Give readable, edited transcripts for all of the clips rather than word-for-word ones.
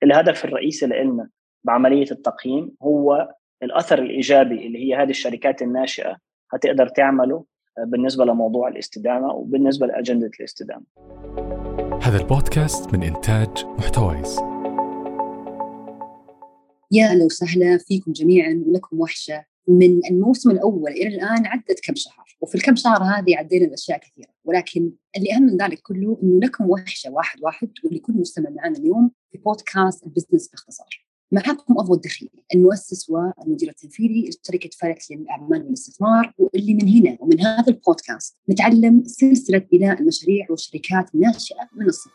الهدف الرئيسي لنا بعملية التقييم هو الأثر الإيجابي اللي هي هذه الشركات الناشئة هتقدر تعمله بالنسبة لموضوع الاستدامة وبالنسبة لأجندة الاستدامة. هذا البودكاست من إنتاج محتويس. يا أهلا وسهلا فيكم جميعا ولكم وحشة. من الموسم الأول إلى الآن عدت كم شهر، وفي الكم شهر هذه عدينا الأشياء كثيرة، ولكن اللي أهم من ذلك كله إنه لكم وحشة واحد ولكل مستمع معنا اليوم في بودكاست البزنس باختصار. معكم أضوى الدخيل، المؤسس والمدير التنفيذي لشركة فلك للأعمال والاستثمار، واللي من هنا ومن هذا البودكاست نتعلم سلسلة بناء المشاريع والشركات الناشئة من الصفر.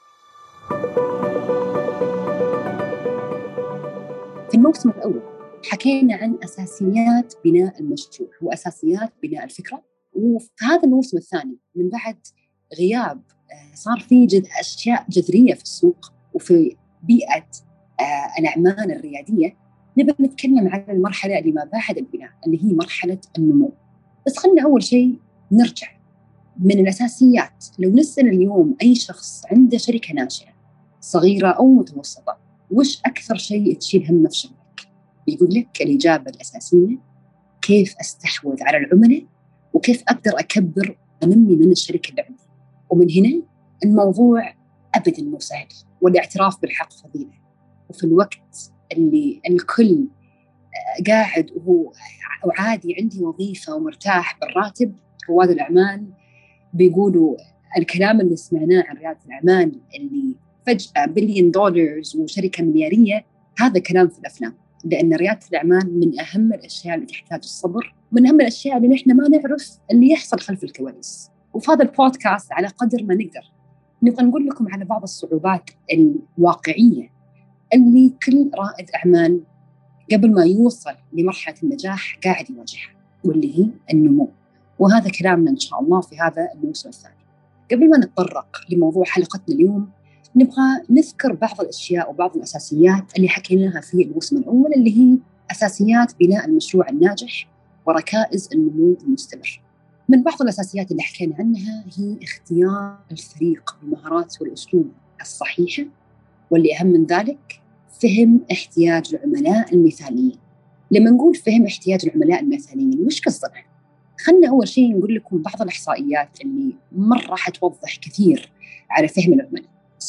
في الموسم الأول حكينا عن أساسيات بناء المشروع وأساسيات بناء الفكرة، وفي هذا الموسم الثاني من بعد غياب صار في أشياء جذرية في السوق وفي بيئة الأعمال الريادية، نبغى نتكلم عن المرحلة اللي ما بعد البناء اللي هي مرحلة النمو. بس خلنا أول شيء نرجع من الأساسيات. لو نسأل اليوم أي شخص عنده شركة ناشئة صغيرة أو متوسطة وش أكثر شيء تشيل همه في شغلك؟ بيقول لك الإجابة الأساسية كيف أستحوذ على العملاء وكيف أقدر أكبر أنمي من الشركة اللي عندي. ومن هنا الموضوع أبداً مو سهل، والاعتراف بالحق فضيلة. وفي الوقت اللي الكل قاعد وهو عادي عندي وظيفة ومرتاح بالراتب، رواد الأعمال بيقولوا الكلام اللي سمعناه عن ريادة الأعمال اللي فجأة $1 بليون وشركة مليارية، هذا كلام في الأفلام. لأن ريادة الأعمال من أهم الأشياء اللي تحتاج الصبر، من أهم الأشياء اللي نحن ما نعرف اللي يحصل خلف الكواليس. وفي هذا البودكاست على قدر ما نقدر نبغى نقول لكم على بعض الصعوبات الواقعية اللي كل رائد أعمال قبل ما يوصل لمرحلة النجاح قاعد يواجهها، واللي هي النمو. وهذا كلامنا إن شاء الله في هذا الموسم الثاني. قبل ما نتطرق لموضوع حلقتنا اليوم نبغى نذكر بعض الأشياء وبعض الأساسيات اللي حكيناها في الموسم الأول، اللي هي أساسيات بناء المشروع الناجح وركائز النمو المستمر. من بعض الأساسيات اللي حكينا عنها هي اختيار الفريق بالمهارات والأسلوب الصحيحة، واللي أهم من ذلك فهم احتياج العملاء المثاليين. لما نقول فهم احتياج العملاء المثاليين وش قصدنا؟ خلنا أول شيء نقول لكم بعض الإحصائيات اللي مرة حتوضح كثير على فهم العملاء.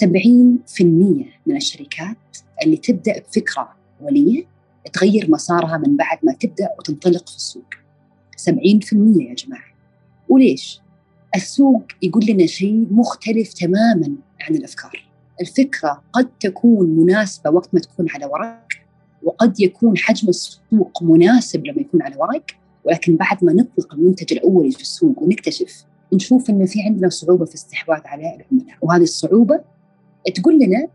70% من الشركات اللي تبدأ بفكرة أولية تغير مسارها من بعد ما تبدأ وتنطلق في السوق. 70% يا جماعة. وليش؟ السوق يقول لنا شيء مختلف تماماً عن الأفكار. الفكرة قد تكون مناسبة وقت ما تكون على ورق، وقد يكون حجم السوق مناسب لما يكون على ورق، ولكن بعد ما نطلق المنتج الأولي في السوق ونكتشف نشوف إن في عندنا صعوبة في استحواذ على العملاء. وهذه الصعوبة تقول لنا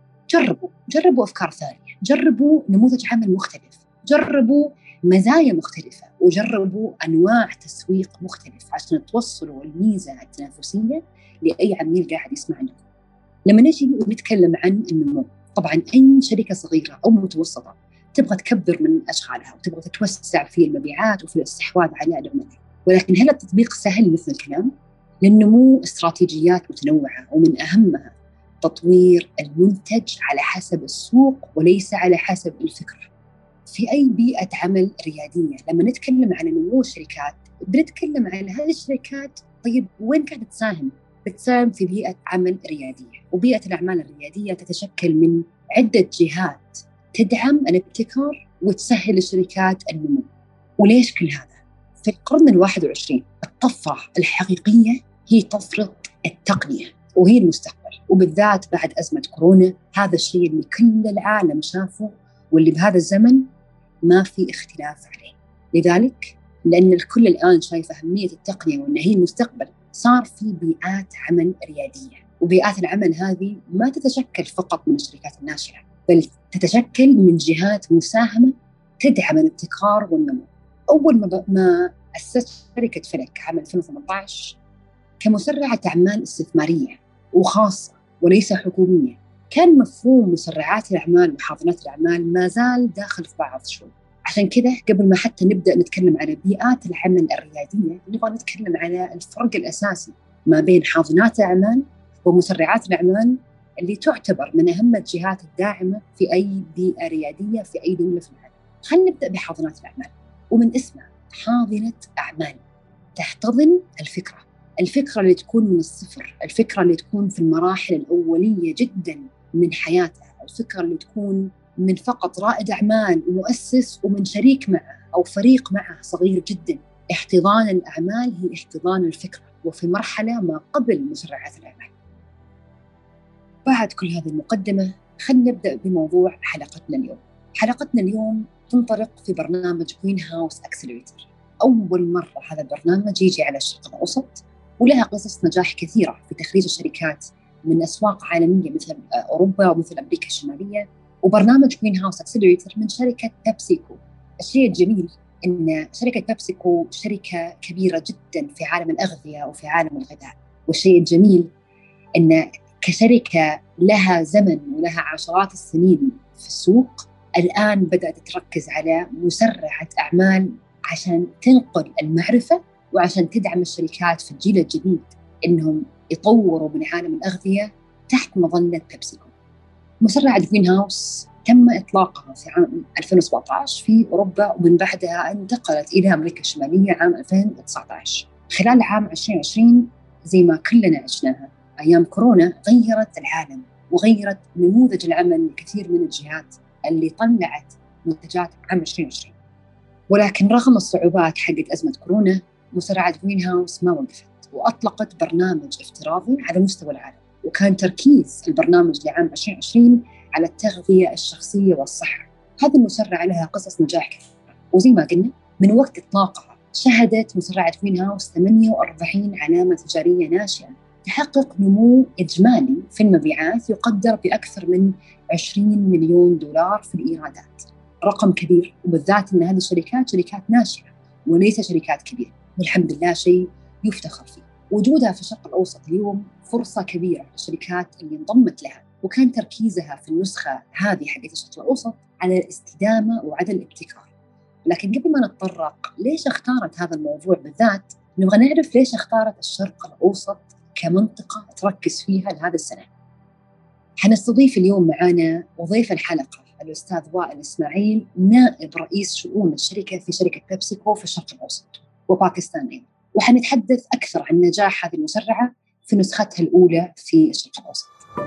جربوا أفكار ثانية، جربوا نموذج عمل مختلف، جربوا مزايا مختلفة، وجربوا أنواع تسويق مختلف عشان توصلوا الميزة التنافسية لأي عميل قاعد يسمع لكم. لما نجي ونتكلم عن النمو، طبعاً أي شركة صغيرة أو متوسطة تبغى تكبر من أشغالها وتبغى تتوسع في المبيعات وفي الاستحواذ على العملاء، ولكن هل التطبيق سهل مثل الكلام؟ للنمو استراتيجيات متنوعة، ومن أهمها تطوير المنتج على حسب السوق وليس على حسب الفكرة. في أي بيئة عمل ريادية لما نتكلم عن نمو الشركات بنتكلم عن هذه الشركات. طيب وين قاعدة تساهم؟ بتساهم في بيئة عمل ريادية، وبيئة الأعمال الريادية تتشكل من عدة جهات تدعم الابتكار وتسهل الشركات النمو. وليش كل هذا؟ في القرن 21 الطفرة الحقيقية هي طفرة التقنية، وهي المستقبل، وبالذات بعد أزمة كورونا. هذا الشيء اللي كل العالم شافه واللي بهذا الزمن ما في اختلاف عليه. لذلك لأن الكل الآن شايف أهمية التقنية وأن هي المستقبل، صار في بيئات عمل ريادية. وبيئات العمل هذه ما تتشكل فقط من الشركات الناشئة، بل تتشكل من جهات مساهمة تدعم الابتكار والنمو. أول ما أسست شركة فلك عام 2018 كمسرعة أعمال استثمارية وخاصة وليس حكومية، كان مفهوم مسرعات الأعمال وحاضنات الأعمال ما زال داخل في بعض شوي. عشان كده قبل ما حتى نبدأ نتكلم على بيئات العمل الريادية نبغى نتكلم على الفرق الأساسي ما بين حاضنات الأعمال ومسرعات الأعمال اللي تعتبر من أهم الجهات الداعمة في أي بيئة ريادية في أي دولة في العالم. خلينا نبدأ بحاضنات الأعمال، ومن اسمها حاضنة أعمال تحتضن الفكرة اللي تكون من الصفر، الفكرة اللي تكون في المراحل الأولية جداً من حياتها، الفكرة اللي تكون من فقط رائد أعمال ومؤسس ومن شريك معه أو فريق معه صغير جداً. احتضان الأعمال هي احتضان الفكرة، وفي مرحلة ما قبل مسرعات الأعمال. بعد كل هذه المقدمة خلينا نبدأ بموضوع حلقتنا اليوم. حلقتنا اليوم تنطلق في برنامج جرين هاوس أكسلريتر. أول مرة هذا البرنامج يجي على الشرق الأوسط، ولها قصص نجاح كثيرة في تخريج الشركات من أسواق عالمية مثل أوروبا ومثل أمريكا الشمالية. وبرنامج جرين هاوس أكسلريتر من شركة بيبسيكو. الشيء الجميل إن شركة بيبسيكو شركة كبيرة جدا في عالم الأغذية وفي عالم الغذاء، والشيء الجميل إن كشركة لها زمن ولها عشرات السنين في السوق، الآن بدأت تركز على مسرعة أعمال عشان تنقل المعرفة وعشان تدعم الشركات في الجيل الجديد إنهم يطوروا من عالم الأغذية تحت مظلة بيبسيكو. مسرعة جرين هاوس تم إطلاقها في عام 2017 في أوروبا، ومن بعدها انتقلت إلى أمريكا الشمالية عام 2019. خلال عام 2020 زي ما كلنا عشناها أيام كورونا، غيرت العالم وغيرت نموذج العمل لكثير من الجهات اللي طلعت منتجات عام 2020. ولكن رغم الصعوبات حقت أزمة كورونا، مسرعة جرين هاوس ما وقفت وأطلقت برنامج افتراضي على مستوى العالم. وكان تركيز البرنامج لعام 2020 على التغذية الشخصية والصحة. هذه المسرعة لها قصص نجاح كثيرة، وزي ما قلنا من وقت إطلاقها شهدت مسرعة جرين هاوس 48 علامة تجارية ناشئة تحقق نمو إجمالي في المبيعات يقدر بأكثر من 20 مليون دولار في الإيرادات. رقم كبير، وبالذات أن هذه الشركات شركات ناشئة وليس شركات كبيرة، والحمد لله شيء يفتخر فيه. وجودها في الشرق الأوسط اليوم فرصة كبيرة للشركات اللي انضمت لها، وكان تركيزها في النسخة هذه حقت الشرق الأوسط على الاستدامة وعدم الابتكار. لكن قبل ما نتطرق ليش اختارت هذا الموضوع بالذات، نبغى نعرف ليش اختارت الشرق الأوسط كمنطقة تركز فيها لهذا السنة. حنستضيف اليوم معنا وضيف الحلقة الأستاذ وائل إسماعيل، نائب رئيس شؤون الشركة في شركة بيبسيكو في الشرق الأوسط وباكستان أيضا، وحنتحدث أكثر عن نجاح هذه المسرعة في نسختها الأولى في الشرق الأوسط.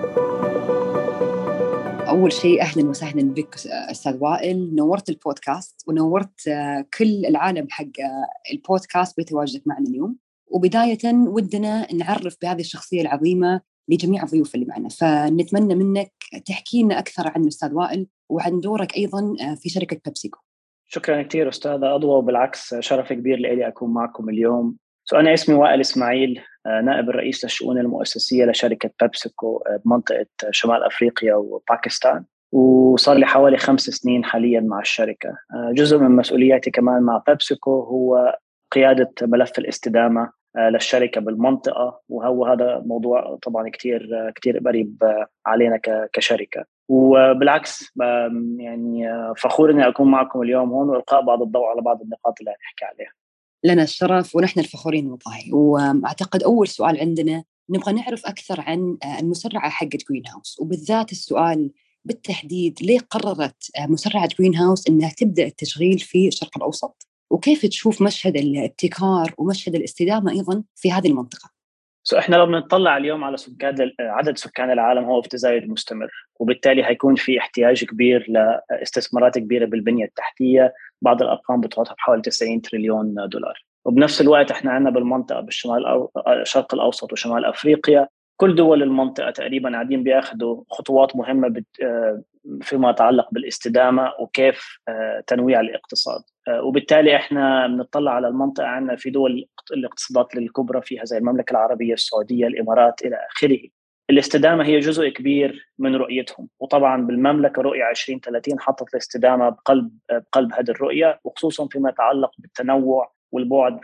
أول شيء أهلاً وسهلاً بك أستاذ وائل، نورت البودكاست ونورت كل العالم حق البودكاست بتواجدك معنا اليوم. وبداية ودنا نعرف بهذه الشخصية العظيمة لجميع الضيوف اللي معنا، فنتمنى منك تحكي لنا أكثر عن أستاذ وائل وعن دورك أيضاً في شركة بيبسيكو. شكرا كثير أستاذة أضوى، وبالعكس شرف كبير لي أكون معكم اليوم. أنا اسمي وائل إسماعيل، نائب الرئيس للشؤون المؤسسية لشركة بيبسيكو بمنطقة شمال أفريقيا وباكستان، وصار لي حوالي 5 سنين حاليا مع الشركة. جزء من مسؤولياتي كمان مع بيبسيكو هو قيادة ملف الاستدامة للشركة بالمنطقة، وهو هذا موضوع طبعا كتير قريب علينا كشركة. وبالعكس يعني فخور إني أكون معكم اليوم هون وإلقاء بعض الضوء على بعض النقاط اللي هنحكي عليها. لنا الشرف ونحن الفخورين والله. وأعتقد أول سؤال عندنا نبغى نعرف أكثر عن المسرعة حقت جرين هاوس، وبالذات السؤال بالتحديد ليه قررت مسرعة جرين هاوس إنها تبدأ التشغيل في الشرق الأوسط، وكيف تشوف مشهد الابتكار ومشهد الاستدامة أيضاً في هذه المنطقة؟ احنا لو بنطلع اليوم على عدد سكان العالم هو في تزايد مستمر، وبالتالي هيكون في احتياج كبير لاستثمارات كبيرة بالبنية التحتية. بعض الأرقام بتوضح بحوالي 90 تريليون دولار. وبنفس الوقت احنا عندنا بالمنطقة بالشمال الشرق الأوسط وشمال أفريقيا كل دول المنطقة تقريبا قاعدين بياخدوا خطوات مهمة فيما يتعلق بالاستدامة وكيف تنويع الاقتصاد. وبالتالي احنا بنطلع على المنطقة، عندنا في دول الاقتصادات الكبرى فيها زي المملكة العربية السعودية، الإمارات إلى آخره. الاستدامة هي جزء كبير من رؤيتهم، وطبعا بالمملكة رؤية 2030 حطت الاستدامة بقلب هذه الرؤية، وخصوصا فيما يتعلق بالتنوع والبعد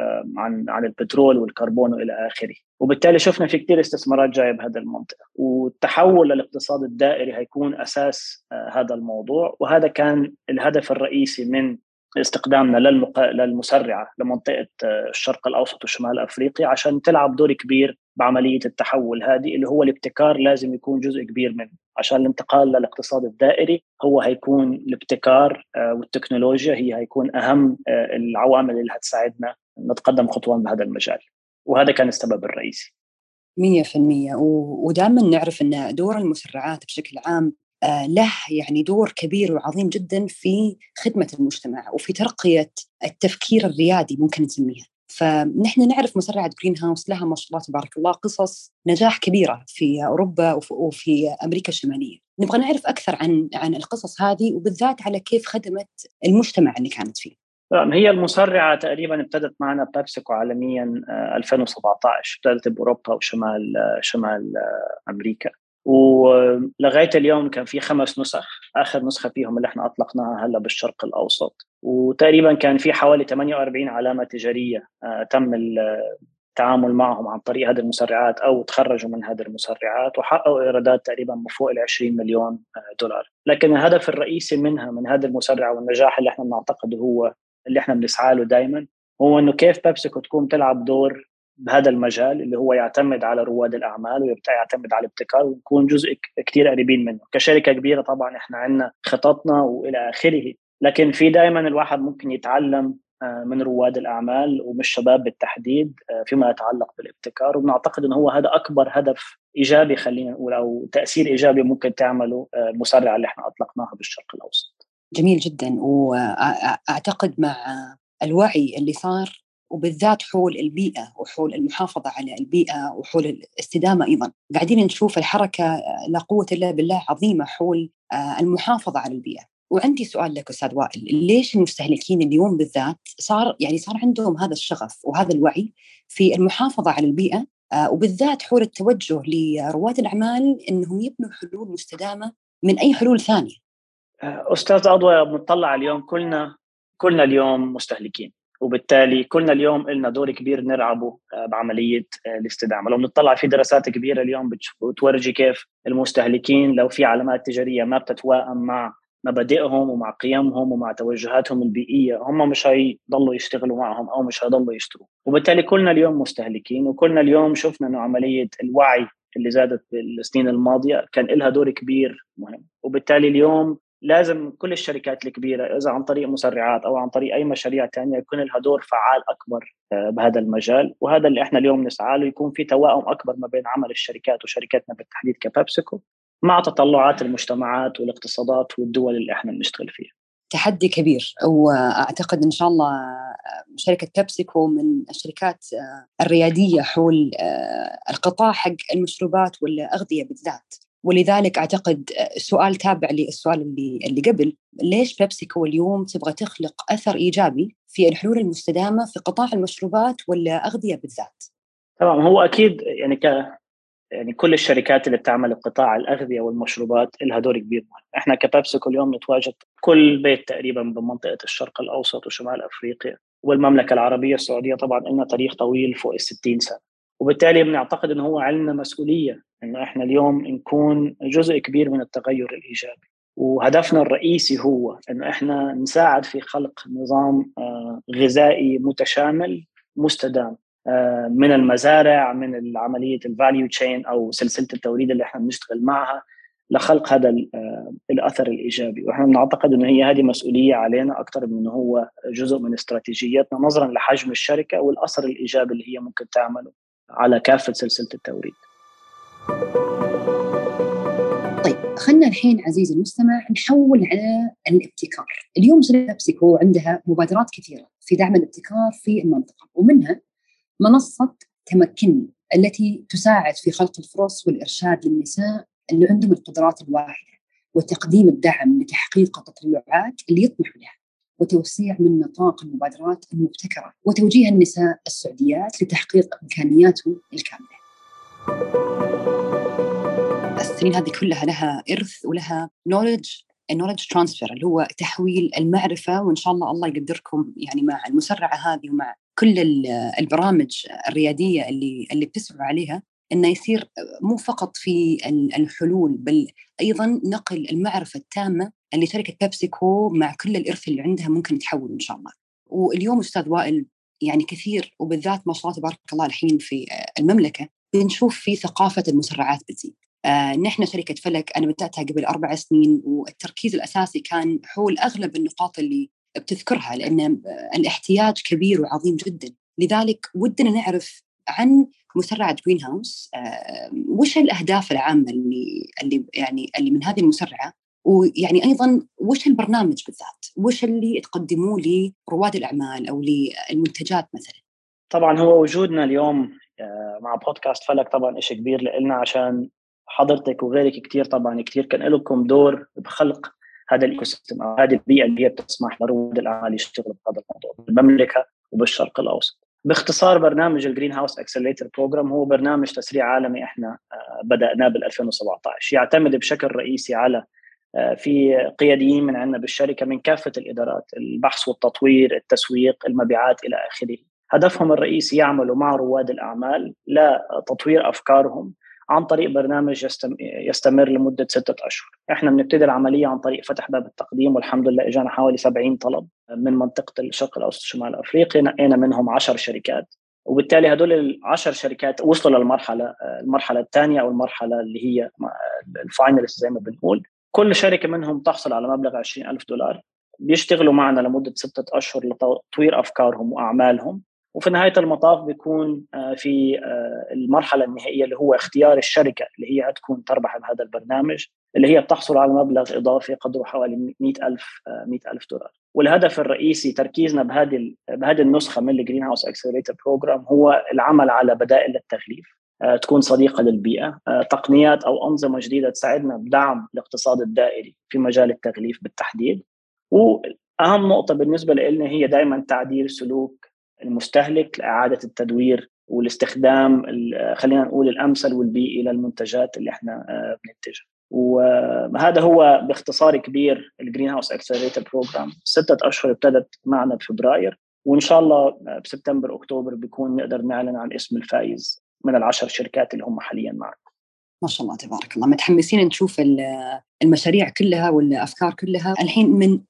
عن البترول والكربون وإلى آخره. وبالتالي شفنا في كتير استثمارات جاية بهذه المنطقة، والتحول للاقتصاد الدائري هيكون أساس هذا الموضوع. وهذا كان الهدف الرئيسي من استخدامنا للمسرعة لمنطقة الشرق الأوسط وشمال أفريقيا عشان تلعب دور كبير بعملية التحول هذه، اللي هو الابتكار لازم يكون جزء كبير منه. عشان الانتقال للاقتصاد الدائري هو هيكون الابتكار والتكنولوجيا هي هيكون أهم العوامل اللي هتساعدنا نتقدم خطوات بهذا المجال، وهذا كان السبب الرئيسي. 100%. ودائما نعرف أن دور المسرعات بشكل عام له يعني دور كبير وعظيم جدا في خدمة المجتمع وفي ترقية التفكير الريادي ممكن نسميها. فنحن نعرف مسرعة جرين هاوس لها ما شاء الله تبارك الله قصص نجاح كبيرة في أوروبا وفي أمريكا الشمالية. نبغى نعرف أكثر عن القصص هذه وبالذات على كيف خدمت المجتمع اللي كانت فيه. هي المسرعة تقريبا ابتدت معنا بيبسيكو عالميا 2017، ابتدت بأوروبا وشمال أمريكا، ولغاية اليوم كان في 5 نسخ. آخر نسخة فيهم اللي احنا أطلقناها هلا بالشرق الأوسط، وتقريبا كان في حوالي 48 علامة تجارية تم التعامل معهم عن طريق هذه المسرعات أو تخرجوا من هذه المسرعات وحققوا إيرادات تقريبا بفوق 20 مليون دولار. لكن الهدف الرئيسي منها من هذه المسرعة والنجاح اللي احنا بنعتقده هو اللي احنا بنسعى له دائما، هو انه كيف بيبسيكو تكون تلعب دور بهذا المجال اللي هو يعتمد على رواد الاعمال ويعتمد على الابتكار، ونكون جزء كتير قريبين منه. كشركه كبيره طبعا احنا عندنا خططنا والى اخره، لكن في دائما الواحد ممكن يتعلم من رواد الاعمال ومن الشباب بالتحديد فيما يتعلق بالابتكار، وبنعتقد انه هو هذا اكبر هدف ايجابي خلينا نقول او تاثير ايجابي ممكن تعمله المسرعه اللي احنا اطلقناها بالشرق الاوسط. جميل جدا. وأعتقد مع الوعي اللي صار وبالذات حول البيئة وحول المحافظة على البيئة وحول الاستدامة أيضا، قاعدين نشوف الحركة لا قوة إلا بالله عظيمة حول المحافظة على البيئة. وعندي سؤال لك أستاذ وائل، ليش المستهلكين اليوم بالذات صار عندهم هذا الشغف وهذا الوعي في المحافظة على البيئة وبالذات حول التوجه لرواد الأعمال إنهم يبنوا حلول مستدامة من أي حلول ثانية؟ أستاذ أضوى، بنطلع اليوم كلنا اليوم مستهلكين، وبالتالي كلنا اليوم لنا دور كبير نلعبه بعملية الاستدامة. لو بنطلع في دراسات كبيرة اليوم بتورجي كيف المستهلكين لو في علامات تجارية ما بتتوائم مع مبادئهم ومع قيمهم ومع توجهاتهم البيئية، هم مش هيضلوا يشتغلوا معهم أو مش هيضلوا يشتروا. وبالتالي كلنا اليوم مستهلكين، وكلنا اليوم شفنا أنه عملية الوعي اللي زادت بالسنين الماضية كان لها دور كبير مهم. وبالتالي اليوم لازم كل الشركات الكبيرة إذا عن طريق مسرعات أو عن طريق أي مشاريع تانية يكون لها دور فعال أكبر بهذا المجال، وهذا اللي إحنا اليوم نسعى له، يكون في توائم أكبر ما بين عمل الشركات وشركاتنا بالتحديد كبيبسيكو مع تطلعات المجتمعات والاقتصادات والدول اللي إحنا بنشتغل فيها. تحدي كبير، وأعتقد إن شاء الله شركة بيبسيكو من الشركات الريادية حول القطاع حق المشروبات والأغذية بالذات. ولذلك أعتقد سؤال تابع للسؤال اللي قبل، ليش بيبسيكو اليوم تبغى تخلق أثر إيجابي في الحلول المستدامة في قطاع المشروبات والأغذية بالذات؟ طبعا هو أكيد يعني كل الشركات اللي بتعمل بقطاع الأغذية والمشروبات لها دور كبير. احنا كبيبسيكو اليوم نتواجد كل بيت تقريبا بمنطقة الشرق الأوسط وشمال أفريقيا والمملكة العربية السعودية، طبعا لنا تاريخ طويل فوق 60 سنة، وبالتالي بنعتقد إنه هو علمنا مسؤولية إنه إحنا اليوم نكون جزء كبير من التغير الإيجابي. وهدفنا الرئيسي هو إنه إحنا نساعد في خلق نظام غذائي متشامل مستدام من المزارع، من عملية الفاليو تشين أو سلسلة التوريد اللي إحنا بنشتغل معها لخلق هذا الأثر الإيجابي. وإحنا نعتقد إنه هي هذه مسؤولية علينا أكثر من إنه هو جزء من استراتيجياتنا نظرا لحجم الشركة والأثر الإيجابي اللي هي ممكن تعمله على كافة سلسلة التوريد. طيب خلنا الحين عزيزي المستمع نحول على الابتكار. اليوم شركة بيبسيكو عندها مبادرات كثيرة في دعم الابتكار في المنطقة، ومنها منصة تمكني التي تساعد في خلق الفرص والإرشاد للنساء اللي عندهم القدرات الواحدة وتقديم الدعم لتحقيق التطلعات اللي يطمحوا لها وتوسيع من نطاق المبادرات المبتكرة وتوجيه النساء السعوديات لتحقيق إمكانياتهم الكاملة. السنين هذه كلها لها إرث ولها knowledge transfer اللي هو تحويل المعرفة، وإن شاء الله الله يقدركم يعني مع المسرعة هذه ومع كل البرامج الريادية اللي بتسعوا عليها أنه يصير مو فقط في الحلول، بل أيضاً نقل المعرفة التامة اللي شركة بيبسيكو مع كل الإرث اللي عندها ممكن يتحول إن شاء الله. واليوم أستاذ وائل يعني كثير، وبالذات ما شاء الله تبارك الله الحين في المملكة بنشوف في ثقافة المسرعات بتزيد. نحن شركة فلك أنا بدأتها قبل 4 سنين، والتركيز الأساسي كان حول أغلب النقاط اللي بتذكرها، لأن الاحتياج كبير وعظيم جدا. لذلك ودنا نعرف عن مسرعة جرين هاوس، وش الأهداف العامة اللي من هذه المسرعة، ويعني أيضاً وش البرنامج بالذات، وش اللي تقدموه لرواد الأعمال أو للمنتجات مثلاً. طبعاً هو وجودنا اليوم مع بودكاست فلك طبعاً إشي كبير لنا، عشان حضرتك وغيرك كتير طبعاً كتير كان لكم دور بخلق هذا الإيكوسيستم أو هذه البيئة اللي هي بتسمح لرواد الأعمال يشتغلوا بهذا الموضوع بالمملكة وبالشرق الأوسط. باختصار برنامج الجرين هاوس اكسلريتور بروجرام هو برنامج تسريع عالمي احنا بدأناه بال 2017، يعتمد بشكل رئيسي على في قياديين من عندنا بالشركة من كافة الإدارات، البحث والتطوير، التسويق، المبيعات إلى آخره. هدفهم الرئيسي يعملوا مع رواد الأعمال لتطوير أفكارهم عن طريق برنامج يستمر لمدة 6 أشهر. احنا بنبتدي العملية عن طريق فتح باب التقديم، والحمد لله اجانا حوالي 70 طلب من منطقة الشرق الأوسط شمال أفريقيا، نقينا منهم 10 شركات، وبالتالي هدول ال10 شركات وصلوا المرحلة الثانية أو المرحلة اللي هي الفاينلست زي ما بنقول. كل شركة منهم تحصل على مبلغ $20,000، بيشتغلوا معنا لمدة 6 أشهر لتطوير أفكارهم وأعمالهم، وفي نهاية المطاف بيكون في المرحلة النهائية اللي هو اختيار الشركة اللي هي هتكون تربح بهذا البرنامج، اللي هي بتحصل على مبلغ إضافي قدره حوالي $100,000. والهدف الرئيسي تركيزنا بهذه النسخة من الجرين هاوس اكسلريتور بروجرام هو العمل على بدائل للتغليف تكون صديقة للبيئة، تقنيات أو أنظمة جديدة تساعدنا بدعم الاقتصاد الدائري في مجال التغليف بالتحديد. وأهم نقطة بالنسبة لنا هي دائما تعديل سلوك المستهلك لإعادة التدوير والاستخدام خلينا نقول الأمثل والبيئي للمنتجات اللي احنا بننتجها. وهذا هو باختصار كبير الجرين هاوس اكسلريتور بروجرام. 6 أشهر ابتدت معنا بفبراير، وإن شاء الله بسبتمبر أكتوبر بيكون نقدر نعلن عن اسم الفائز من 10 شركات اللي هم حاليا معنا. ما شاء الله تبارك الله، متحمسين نشوف المشاريع كلها والأفكار كلها. الحين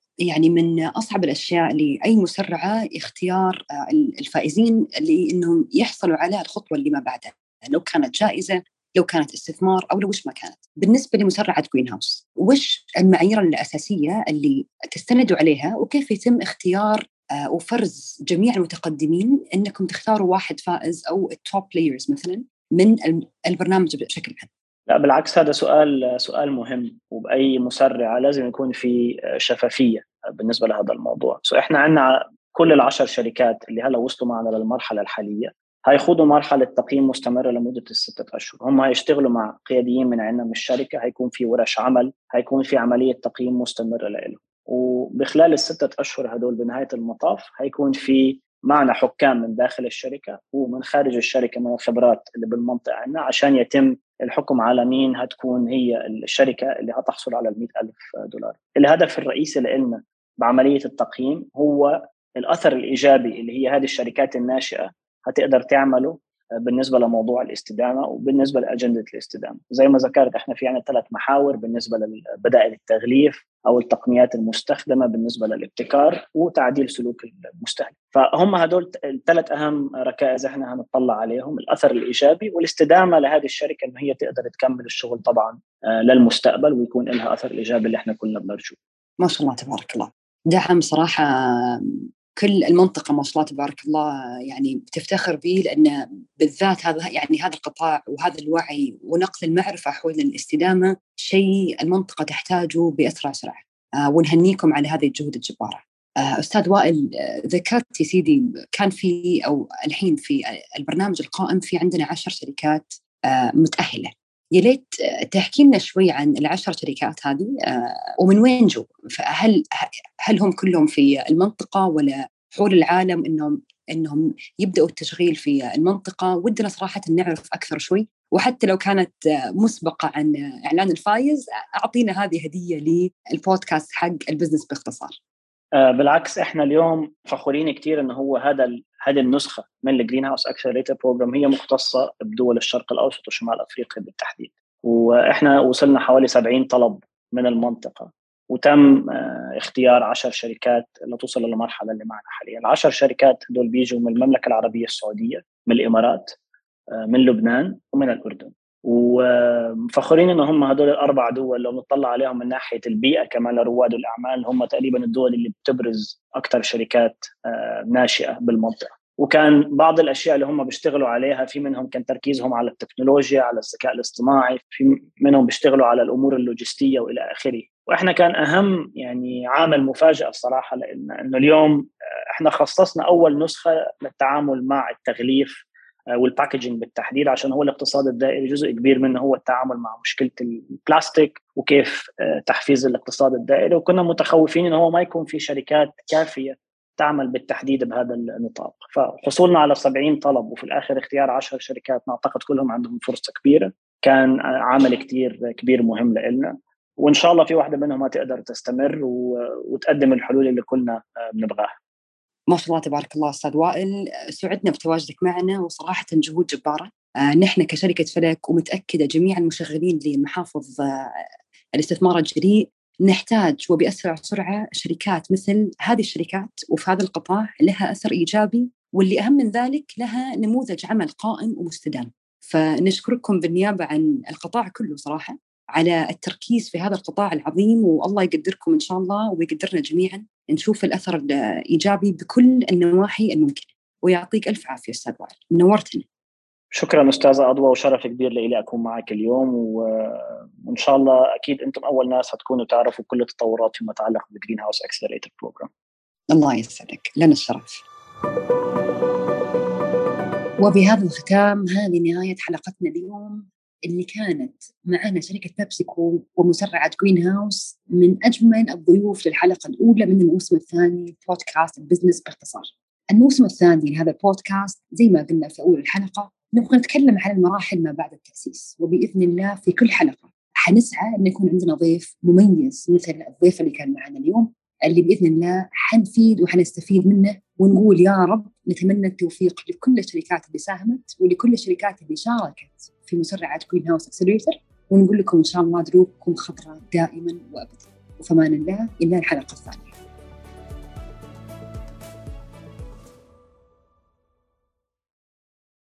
من أصعب الأشياء لأي مسرعة اختيار الفائزين اللي إنهم يحصلوا على الخطوة اللي ما بعدها، لو كانت جائزة، لو كانت استثمار، أو لو وش ما كانت. بالنسبة لمسرعة جرين هاوس، وش المعايير الأساسية اللي تستندوا عليها، وكيف يتم اختيار وفرز جميع المتقدمين إنكم تختاروا واحد فائز أو التوب بلايرز مثلا من البرنامج بشكل عام؟ لا بالعكس، هذا سؤال مهم، وبأي مسرعة لازم يكون في شفافية بالنسبة لهذا الموضوع. احنا عندنا كل 10 شركات اللي هلا وصلوا معنا للمرحلة الحالية هيخوضوا مرحلة تقييم مستمرة لمدة 6 أشهر. هم هيشتغلوا مع قياديين من عندنا من الشركة، هيكون في ورش عمل، هيكون في عملية تقييم مستمرة لهم، وبخلال ال6 أشهر هدول بنهاية المطاف هيكون في معنا حكام من داخل الشركة ومن خارج الشركة من الخبرات اللي بالمنطقة عندنا، عشان يتم الحكم على مين هتكون هي الشركة اللي هتحصل على $100,000. الهدف الرئيسي لنا بعملية التقييم هو الأثر الإيجابي اللي هي هذه الشركات الناشئة هتقدر تعمله بالنسبة لموضوع الاستدامة وبالنسبة لأجندة الاستدامة. زي ما ذكرت احنا في عنا 3 محاور بالنسبة لبدائل التغليف أو التقنيات المستخدمة، بالنسبة للابتكار وتعديل سلوك المستهلك. فهم هدول ال3 أهم ركائز احنا هنطلع عليهم: الأثر الإيجابي والاستدامة لهذه الشركة إنه هي تقدر تكمل الشغل طبعا للمستقبل ويكون لها أثر إيجابي اللي احنا كلنا بنرجوه. ما شاء الله تبارك الله، دعم صراحة كل المنطقة ما شاء الله تبارك الله، يعني بتفتخر به، لأن بالذات هذا القطاع وهذا الوعي ونقل المعرفة حول الاستدامة شيء المنطقة تحتاجه بأسرع سرعة. ونهنيكم على هذه الجهود الجبارة. أستاذ وائل، ذكرت يا سيدي كان في أو الحين في البرنامج القائم في عندنا 10 شركات متأهلة. يا ليت تحكي لنا شوي عن ال10 شركات هذه ومن وين جو، هل هم كلهم في المنطقة ولا حول العالم، إنهم يبدأوا التشغيل في المنطقة؟ ودنا صراحة نعرف أكثر شوي، وحتى لو كانت مسبقة عن إعلان الفائز أعطينا هذه هدية للبودكاست حق البزنس باختصار. بالعكس احنا اليوم فخورين كتير انه هو هذه النسخة من الجرين هاوس اكسلريتور بروجرام هي مختصة بدول الشرق الأوسط وشمال أفريقيا بالتحديد. وإحنا وصلنا حوالي 70 طلب من المنطقة، وتم اختيار 10 شركات لتوصل للمرحلة اللي معنا حاليا. ال10 شركات دول بيجوا من المملكة العربية السعودية، من الإمارات، من لبنان، ومن الأردن. ومفخرين إنه هم هدول ال4 دول لو نطلع عليهم من ناحية البيئة كمان لرواد الأعمال هم تقريبا الدول اللي بتبرز أكثر شركات ناشئة بالمنطقة. وكان بعض الأشياء اللي هم بيشتغلوا عليها في منهم كان تركيزهم على التكنولوجيا، على الذكاء الاصطناعي، في منهم بيشتغلوا على الأمور اللوجستية وإلى آخره. وإحنا كان أهم يعني عامل مفاجأة الصراحة، لأنه اليوم إحنا خصصنا أول نسخة للتعامل مع التغليف والباكجينج بالتحديد، عشان هو الاقتصاد الدائري جزء كبير منه هو التعامل مع مشكلة البلاستيك وكيف تحفيز الاقتصاد الدائري. وكنا متخوفين إنه هو ما يكون في شركات كافية تعمل بالتحديد بهذا النطاق. فحصولنا على 70 طلب وفي الآخر اختيار 10 شركات نعتقد كلهم عندهم فرصة كبيرة كان عامل كتير كبير مهم لنا. وإن شاء الله في واحدة منهم تقدر تستمر وتقدم الحلول اللي كلنا بنبغاها. ما شاء الله تبارك الله أستاذ وائل، سعدنا بتواجدك معنا وصراحة جهود جبارة. نحن كشركة فلك ومتأكدة جميع المشغلين لمحافظ الاستثمار الجريء نحتاج وبأسرع سرعة شركات مثل هذه الشركات، وفي هذا القطاع لها أثر إيجابي، واللي أهم من ذلك لها نموذج عمل قائم ومستدام. فنشكركم بالنيابة عن القطاع كله صراحة على التركيز في هذا القطاع العظيم، والله يقدركم إن شاء الله ويقدرنا جميعا نشوف الأثر الإيجابي بكل النواحي الممكنة. ويعطيك ألف عافية أستاذ وائل، نورتنا. شكرا أستاذة أضواء، وشرف كبير لي أكون معك اليوم. وإن شاء الله أكيد أنتم أول ناس هتكونوا تعرفوا كل التطورات فيما يتعلق بالجرين هاوس اكسلريتور بروجرام. الله يسعدك، لنا الشرف. وبهذا الختام هذه نهاية حلقتنا اليوم، اللي كانت معنا شركة بيبسيكو ومسرعة جرين هاوس، من أجمل الضيوف للحلقة الأولى من الموسم الثاني بودكاست البزنس باختصار. الموسم الثاني لهذا البودكاست زي ما قلنا في أول الحلقة نبغى نتكلم عن المراحل ما بعد التأسيس، وبإذن الله في كل حلقة حنسعى أن يكون عندنا ضيف مميز مثل الضيف اللي كان معنا اليوم، اللي بإذن الله حنفيد وحنستفيد منه. ونقول يا رب نتمنى التوفيق لكل الشركات اللي ساهمت ولكل الشركات اللي شاركت في مسرعة جرين هاوس اكسلريتور، ونقول لكم إن شاء الله دروبكم خضراء دائما وأبدا. وفمان الله إلى الحلقة الثانية.